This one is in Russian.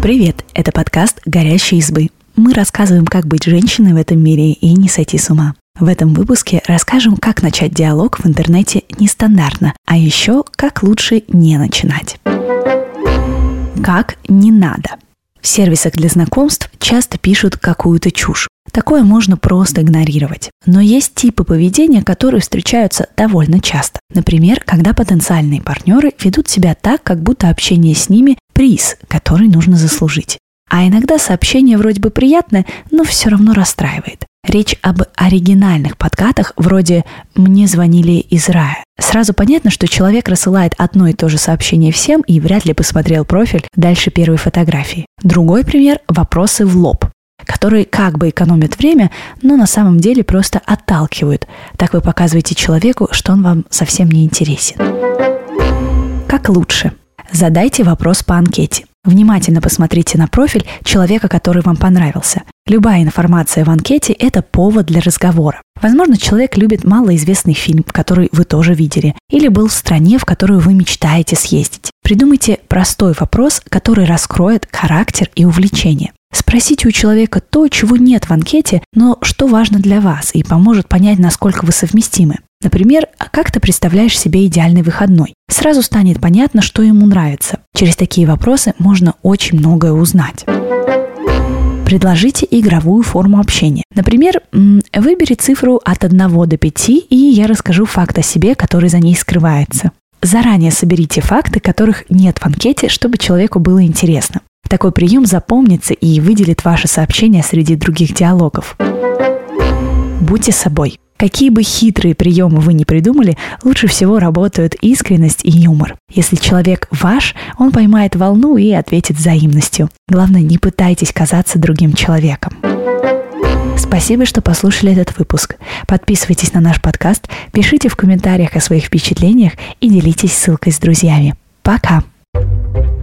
Привет, это подкаст «Горящие избы». Мы рассказываем, как быть женщиной в этом мире и не сойти с ума. В этом выпуске расскажем, как начать диалог в интернете нестандартно, а еще как лучше не начинать. Как не надо. В сервисах для знакомств часто пишут какую-то чушь. Такое можно просто игнорировать. Но есть типы поведения, которые встречаются довольно часто. Например, когда потенциальные партнеры ведут себя так, как будто общение с ними – приз, который нужно заслужить. А иногда сообщение вроде бы приятное, но все равно расстраивает. Речь об оригинальных подкатах вроде «мне звонили из рая». Сразу понятно, что человек рассылает одно и то же сообщение всем и вряд ли посмотрел профиль дальше первой фотографии. Другой пример – вопросы в лоб, которые как бы экономят время, но на самом деле просто отталкивают. Так вы показываете человеку, что он вам совсем не интересен. Как лучше? Задайте вопрос по анкете. Внимательно посмотрите на профиль человека, который вам понравился. Любая информация в анкете – это повод для разговора. Возможно, человек любит малоизвестный фильм, который вы тоже видели, или был в стране, в которую вы мечтаете съездить. Придумайте простой вопрос, который раскроет характер и увлечение. Спросите у человека то, чего нет в анкете, но что важно для вас и поможет понять, насколько вы совместимы. Например, как ты представляешь себе идеальный выходной? Сразу станет понятно, что ему нравится. Через такие вопросы можно очень многое узнать. Предложите игровую форму общения. Например, выбери цифру от 1 до 5, и я расскажу факт о себе, который за ней скрывается. Заранее соберите факты, которых нет в анкете, чтобы человеку было интересно. Такой прием запомнится и выделит ваше сообщение среди других диалогов. Будьте собой. Какие бы хитрые приемы вы ни придумали, лучше всего работают искренность и юмор. Если человек ваш, он поймает волну и ответит взаимностью. Главное, не пытайтесь казаться другим человеком. Спасибо, что послушали этот выпуск. Подписывайтесь на наш подкаст, пишите в комментариях о своих впечатлениях и делитесь ссылкой с друзьями. Пока!